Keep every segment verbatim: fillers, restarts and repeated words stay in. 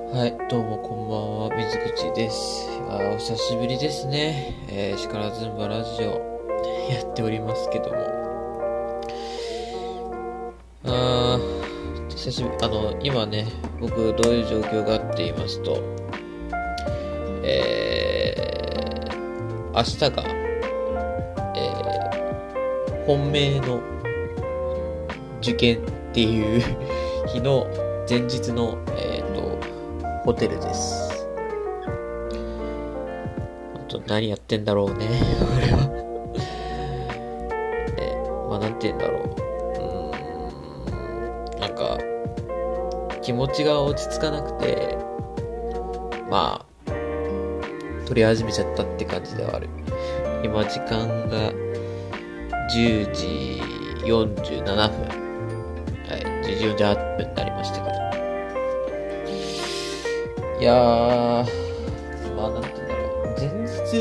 はい、どうもこんばんは、水口です。あーお久しぶりですね。えー、力ずんばラジオやっておりますけども。あー、久しぶり、あの、今ね、僕どういう状況がって言いますと、えー、明日が、えー、本命の受験っていう日の前日の、えーと、ホテルです。あと何やってんだろうね、俺は。ね、まあなんて言うんだろう。うーん、なんか、気持ちが落ち着かなくて、まあ、撮り始めちゃったって感じではある。今時間がじゅうじよんじゅうななふん。はい、じゅうじよんじゅうはっぷんになりましたけど。いやー、まあなんて言うんだろう。前日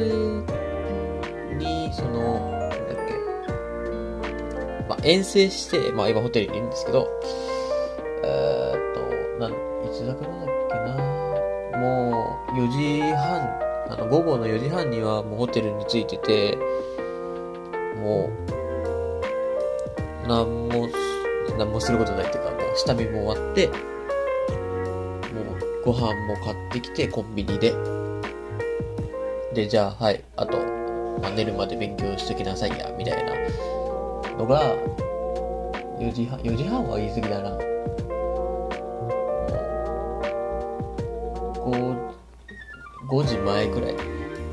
に、その、なんだっけ。まあ遠征して、まあ今ホテルにいるんですけど、えーっと、なん、いつだからだっけな。もう、よじはん、あの、午後のよじはんにはもうホテルに着いてて、もう、なんも、なんもすることないっていうか、もう下見も終わって、ご飯も買ってきて、コンビニで。で、じゃあ、はい、あと、まあ、寝るまで勉強しときなさいや、みたいなのが、よじはん、よじはんは言い過ぎだな。もう、ごじまえくらい。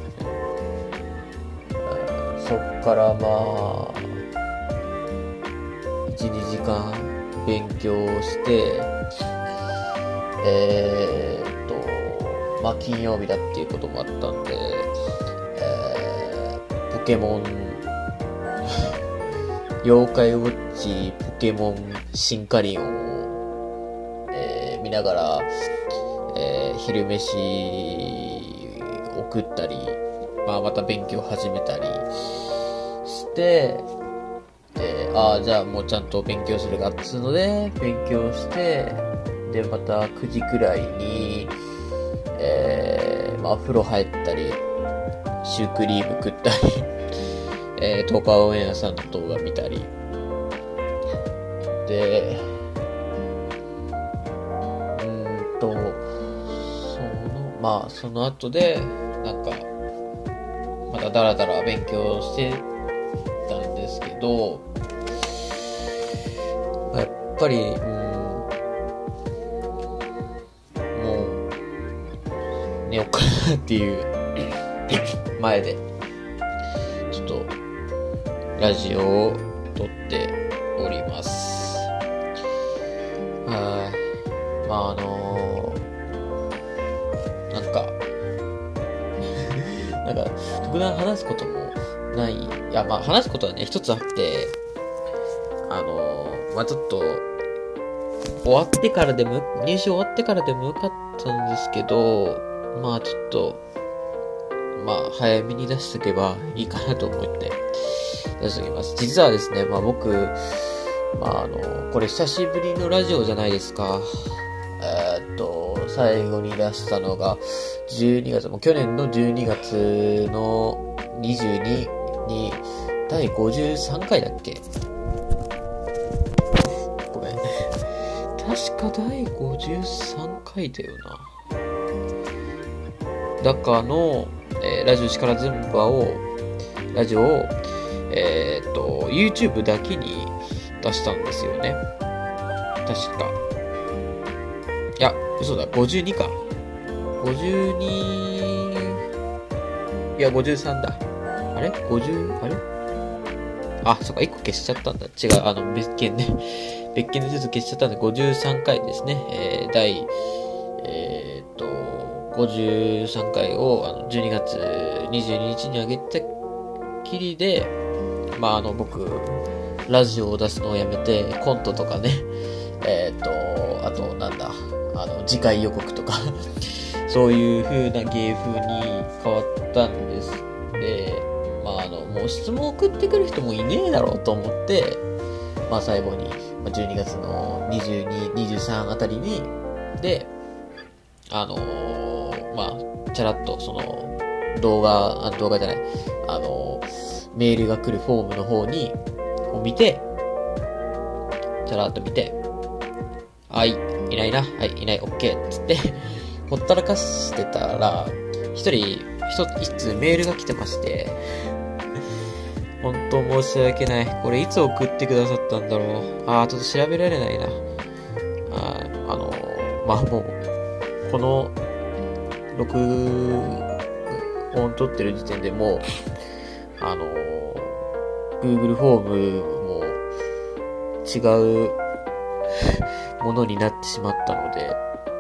そっからまあ、いち、にじかん勉強して、えーっと、まあ、金曜日だっていうこともあったんで、えー、ポケモン、妖怪ウォッチ、ポケモン、シンカリオンを、えー、見ながら、えー、昼飯を食ったり、まあ、また勉強始めたりして、で、ああ、じゃあもうちゃんと勉強するかっつうので、勉強して、で、またくじくらいに、えー、まあ、風呂入ったり、シュークリーム食ったり、えー、東海オンエアさんの動画見たり、で、うーんと、その、まあ、その後で、なんか、またダラダラ勉強してたんですけど、やっぱり、うん、寝ようかなっていう前でちょっとラジオを撮っております。はい。まああのー、なんかなんか特段話すこともない。いやまあ話すことはね一つあって、あのー、まあちょっと終わってからでも入試終わってからでもよかったんですけど、まあちょっと、まあ早めに出しとけばいいかなと思って出しときます。実はですね、まあ僕、まああの、これ久しぶりのラジオじゃないですか。えー、っと、最後に出したのがじゅうにがつ、もう去年のじゅうにがつのにじゅうににだいごじゅうさんかいだっけ？ごめん。確かだいごじゅうさんかいだよな。だかの、えー、ラジオ力ずんばを、ラジオを、えー、っと、YouTube だけに出したんですよね。確か。いや、嘘だ、ごじゅうにか。ごじゅうに、いや、ごじゅうさんだ。あれ ?ごじゅう、あれあ、そっか、いっこ消しちゃったんだ。違う、あの、別件ね。別件でちょっと消しちゃったんで、ごじゅうさんかいですね。えー、第、えー、っと、ごじゅうさんかいをあのじゅうにがつにじゅうににちに上げたきりで、まああの僕、ラジオを出すのをやめて、コントとかね、えっと、あとなんだ、あの、次回予告とか、そういう風な芸風に変わったんです。で、まああの、もう質問送ってくる人もいねえだろうと思って、まあ最後に、じゅうにがつのにじゅうに、にじゅうさんあたりに、で、 あのー、まあ、チャラッとその、動画、あ、動画じゃない、あのー、メールが来るフォームの方に、を見て、チャラッと見て、はい、いないな、はい、いない、オッケー、つって、ほったらかしてたら、一人、一つメールが来てまして、本当申し訳ない。これいつ送ってくださったんだろう。あー、ちょっと調べられないな。あー、あのー、まあ、もう、この、録音撮ってる時点でもう、あのー、Google フォームも違うものになってしまったので、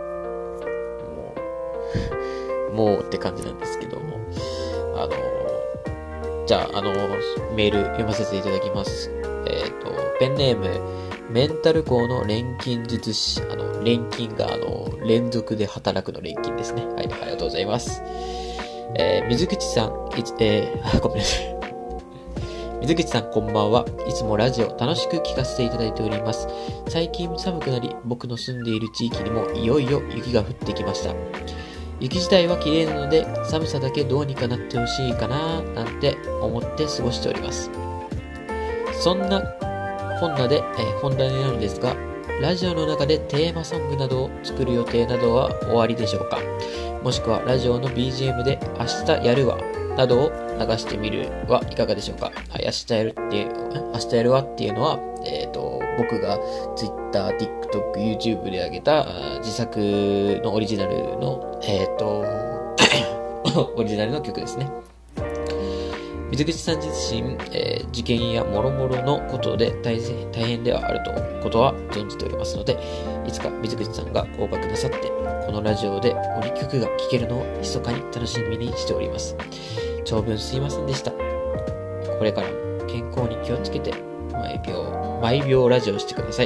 もう、もうって感じなんですけども、あのー、じゃあ、あのー、メール読ませていただきます。えっと、ペンネーム、メンタル校の錬金術師、あの、錬金が、あの、連続で働くの錬金ですね。はい、ありがとうございます。えー、水口さん、いつ、えー、あ、ごめんなさい。水口さん、こんばんは。いつもラジオ楽しく聞かせていただいております。最近寒くなり、僕の住んでいる地域にもいよいよ雪が降ってきました。雪自体は綺麗なので、寒さだけどうにかなってほしいかな、なんて思って過ごしております。そんな本題で、えー、本題になるんですが、ラジオの中でテーマソングなどを作る予定などは終わりでしょうか。もしくはラジオの ビージーエム で明日やるわなどを流してみるはいかがでしょうか。はい、明日やるっていう、明日やるわっていうのは、えっと、僕が Twitter、TikTok、YouTube で上げた自作のオリジナルの、えっと、オリジナルの曲ですね。水口さん自身、えー、受験や諸々のことで大変、大変ではあるとことは存じておりますので、いつか水口さんが合格なさって、このラジオで折曲が聴けるのを密かに楽しみにしております。長文すいませんでした。これからも健康に気をつけて、毎秒、毎秒ラジオしてください。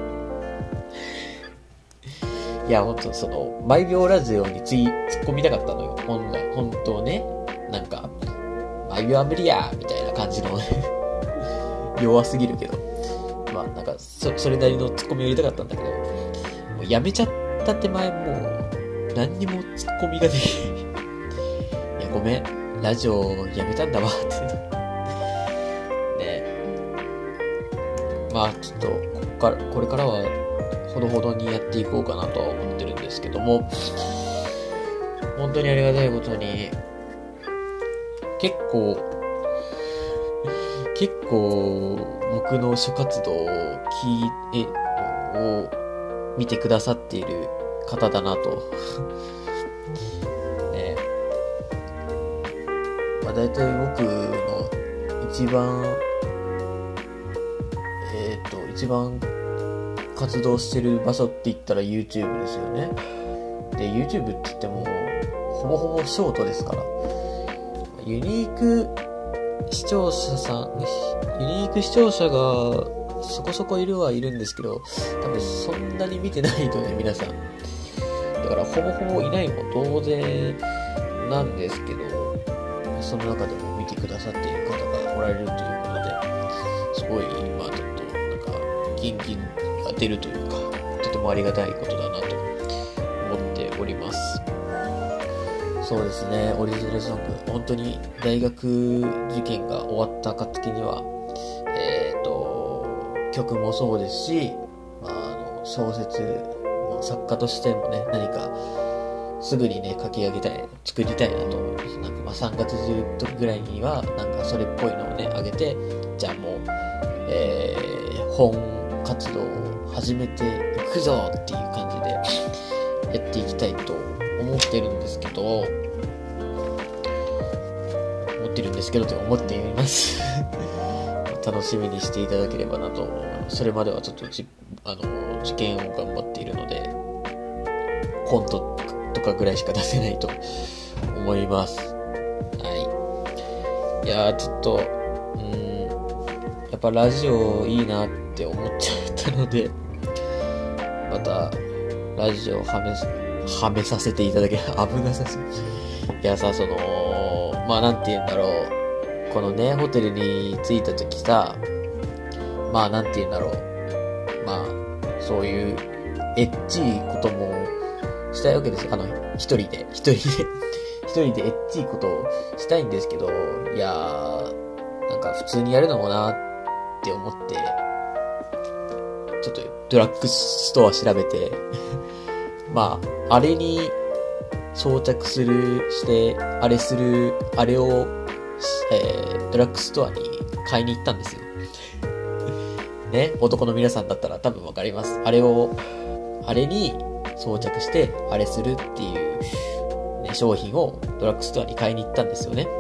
いや、ほんと、その、毎秒ラジオについ、突っ込みたかったのよ。本来、本当ね。なんか、毎秒は無理やみたいな感じの弱すぎるけど、まあなんかそそれなりのツッコミを入れたかったんだけど、もうやめちゃった手前もう何にもツッコミができないいやごめん、ラジオやめたんだわってね。まあちょっとこっからこれからはほどほどにやっていこうかなとは思ってるんですけども、本当にありがたいことに結構、結構、僕の諸活動を聞いて、を見てくださっている方だなと。ね、まあ大体僕の一番、えっと、一番活動してる場所って言ったら YouTube ですよね。で、YouTube って言っても、ほぼほぼショートですから。ユニーク視聴者さん、ユニーク視聴者がそこそこいるはいるんですけど、多分そんなに見てないので皆さん。だからほぼほぼいないも当然なんですけど、その中でも見てくださっている方がおられるということで、すごい、まあちょっとなんか元気が出るというか、とてもありがたいことだなと思っております。そうですね、オリジナルソング、本当に大学受験が終わった暁には、えっと、曲もそうですし、まあ、あの小説の作家としてもね、何かすぐにね、書き上げたい、作りたいなと思います。なんかまあさんがつ中ぐらいには、なんかそれっぽいのをね、上げて、じゃあもう、えー、本活動を始めていくぞっていう感じでやっていきたいと思ってるんですけど、思ってるんですけどと思っています楽しみにしていただければなと思います。それまではちょっとじあの受験を頑張っているので、コントとかぐらいしか出せないと思います。はい。いやーちょっとうーんやっぱラジオいいなって思っちゃったので、またラジオをはめはめさせていただけ、危なさすぎ。いやさ、その、まあなんて言うんだろう。このね、ホテルに着いた時さ、まあなんて言うんだろう。まあ、そういう、エッチいこともしたいわけですよ。あの、一人で、一人で、一人でエッチいことをしたいんですけど、いやー、なんか普通にやるのもなーって思って、ちょっとドラッグストア調べて、まあ、あれに装着する、して、あれする、あれを、えー、ドラッグストアに買いに行ったんですよ。ね、男の皆さんだったら多分わかります。あれを、あれに装着して、あれするっていう、ね、商品をドラッグストアに買いに行ったんですよね。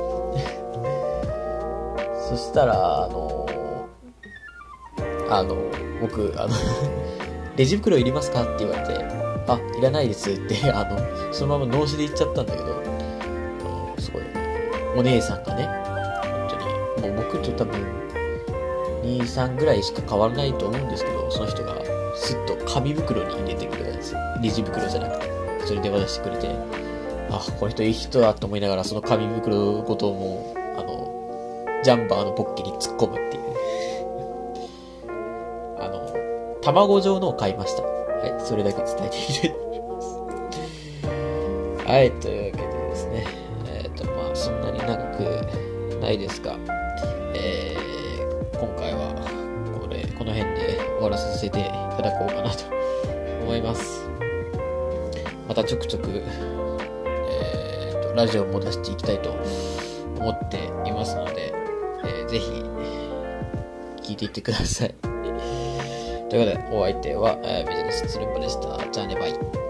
そしたら、あの、あの、僕、あの、レジ袋いりますかって言われて、あ、いらないですって、あの、そのまま脳死で言っちゃったんだけど、あのすごい、お姉さんがね、本当に、もう僕と多分、に、さんぐらいしか変わらないと思うんですけど、その人が、すっと紙袋に入れてくれたんですよ。レジ袋じゃなくて、それで渡してくれて、あ、この人いい人だと思いながら、その紙袋ごともう、あの、ジャンバーのポッケに突っ込むっていう。あの、卵状のを買いました。はい、それだけ伝えていきたいと思います。はい、というわけでですね、えっと、まあ、そんなに長くないですが、えー、今回は、これ、この辺で終わらせていただこうかなと思います。またちょくちょく、えーと、ラジオも出していきたいと思っていますので、えー、ぜひ、聞いていってください。ということで、お相手は、えー、ビジネスつるんばでした。じゃあね、バイ。